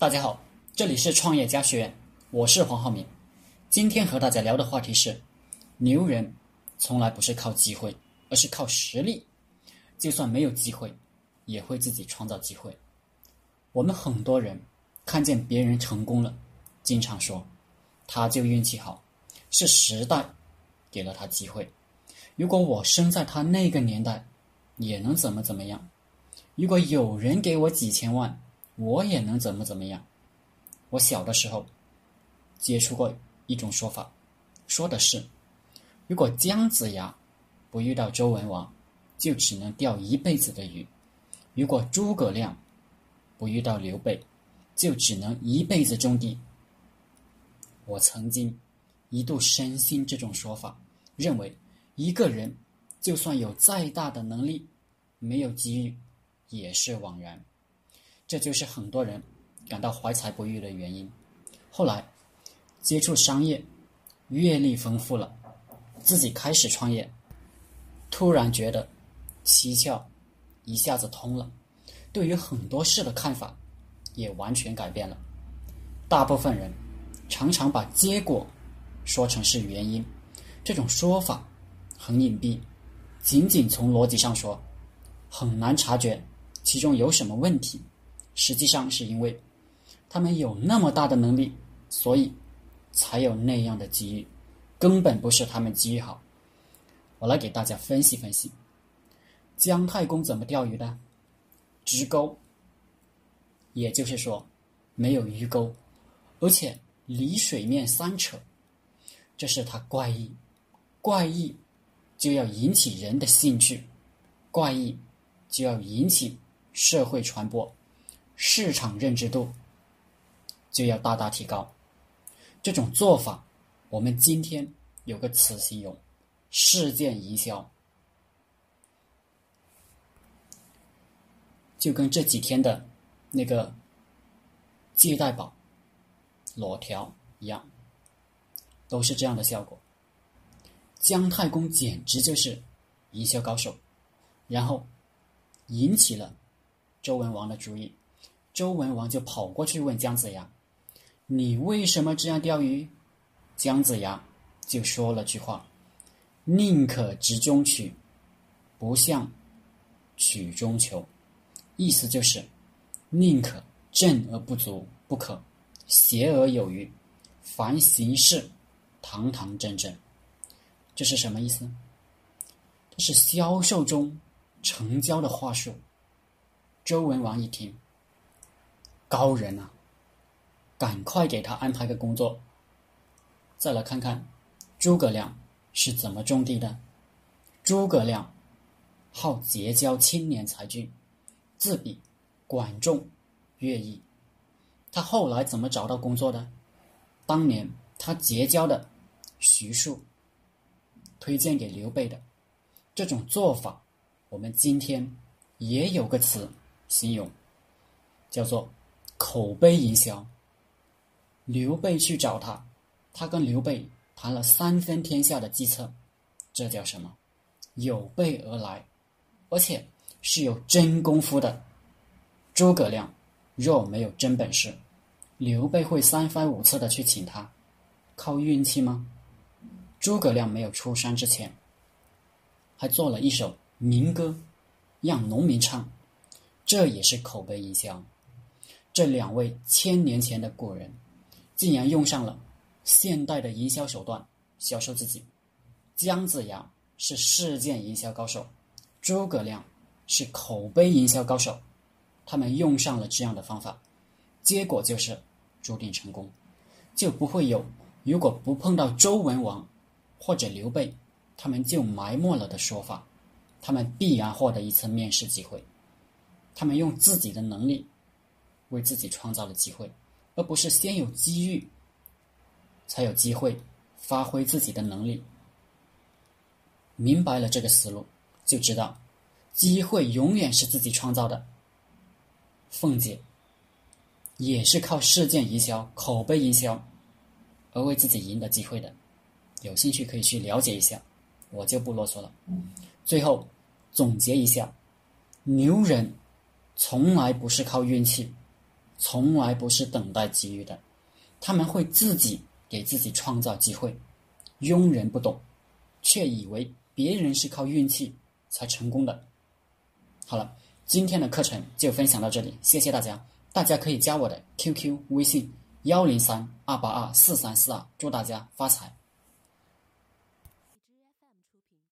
大家好，这里是创业家学院，我是黄浩明。今天和大家聊的话题是：牛人从来不是靠机会，而是靠实力。就算没有机会，也会自己创造机会。我们很多人看见别人成功了，经常说他就运气好，是时代给了他机会。如果我生在他那个年代，也能怎么样。如果有人给我几千万，我也能怎么样。我小的时候接触过一种说法，说的是，如果姜子牙不遇到周文王，就只能钓一辈子的鱼；如果诸葛亮不遇到刘备，就只能一辈子种地。我曾经一度深信这种说法，认为一个人就算有再大的能力，没有机遇也是枉然。这就是很多人感到怀才不遇的原因。后来接触商业，阅历丰富了，自己开始创业，突然觉得七窍一下子通了，对于很多事的看法也完全改变了。大部分人常常把结果说成是原因，这种说法很隐蔽，仅仅从逻辑上说，很难察觉其中有什么问题。实际上是因为他们有那么大的能力，所以才有那样的机遇，根本不是他们机遇好。我来给大家分析分析。姜太公怎么钓鱼的？直钩，也就是说没有鱼钩，而且离水面3尺，这是他怪异。怪异就要引起人的兴趣，怪异就要引起社会传播，市场认知度就要大大提高。这种做法，我们今天有个词形容：事件营销。就跟这几天的那个借贷宝裸条一样，都是这样的效果。姜太公简直就是营销高手，然后引起了周文王的注意。周文王就跑过去问姜子牙：你为什么这样钓鱼？姜子牙就说了句话：宁可直中取，不向曲中求。意思就是宁可正而不足，不可邪而有余，凡行事堂堂正正。这是什么意思？这是销售中成交的话术。周文王一听，高人啊，赶快给他安排个工作。再来看看诸葛亮是怎么种地的。诸葛亮好结交青年才俊，自比管仲、乐毅。他后来怎么找到工作的？当年他结交的徐庶推荐给刘备的。这种做法，我们今天也有个词形容，叫做口碑营销。刘备去找他，他跟刘备谈了3分天下的计策，这叫什么？有备而来，而且是有真功夫的。诸葛亮若没有真本事，刘备会3番5次的去请他，靠运气吗？诸葛亮没有出山之前，还做了一首民歌，让农民唱，这也是口碑营销。这2位1000年前的古人，竟然用上了现代的营销手段销售自己。姜子牙是事件营销高手，诸葛亮是口碑营销高手，他们用上了这样的方法，结果就是注定成功，就不会有如果不碰到周文王或者刘备，他们就埋没了的说法。他们必然获得一次面试机会，他们用自己的能力为自己创造了机会，而不是先有机遇才有机会发挥自己的能力。明白了这个思路，就知道机会永远是自己创造的。凤姐也是靠事件营销、口碑营销而为自己赢得机会的，有兴趣可以去了解一下，我就不啰嗦了。最后总结一下，牛人从来不是靠运气， 从来不是等待机遇的，他们会自己给自己创造机会。庸人不懂，却以为别人是靠运气才成功的。好了，今天的课程就分享到这里，谢谢大家。大家可以加我的 QQ 微信103-282-4342，祝大家发财。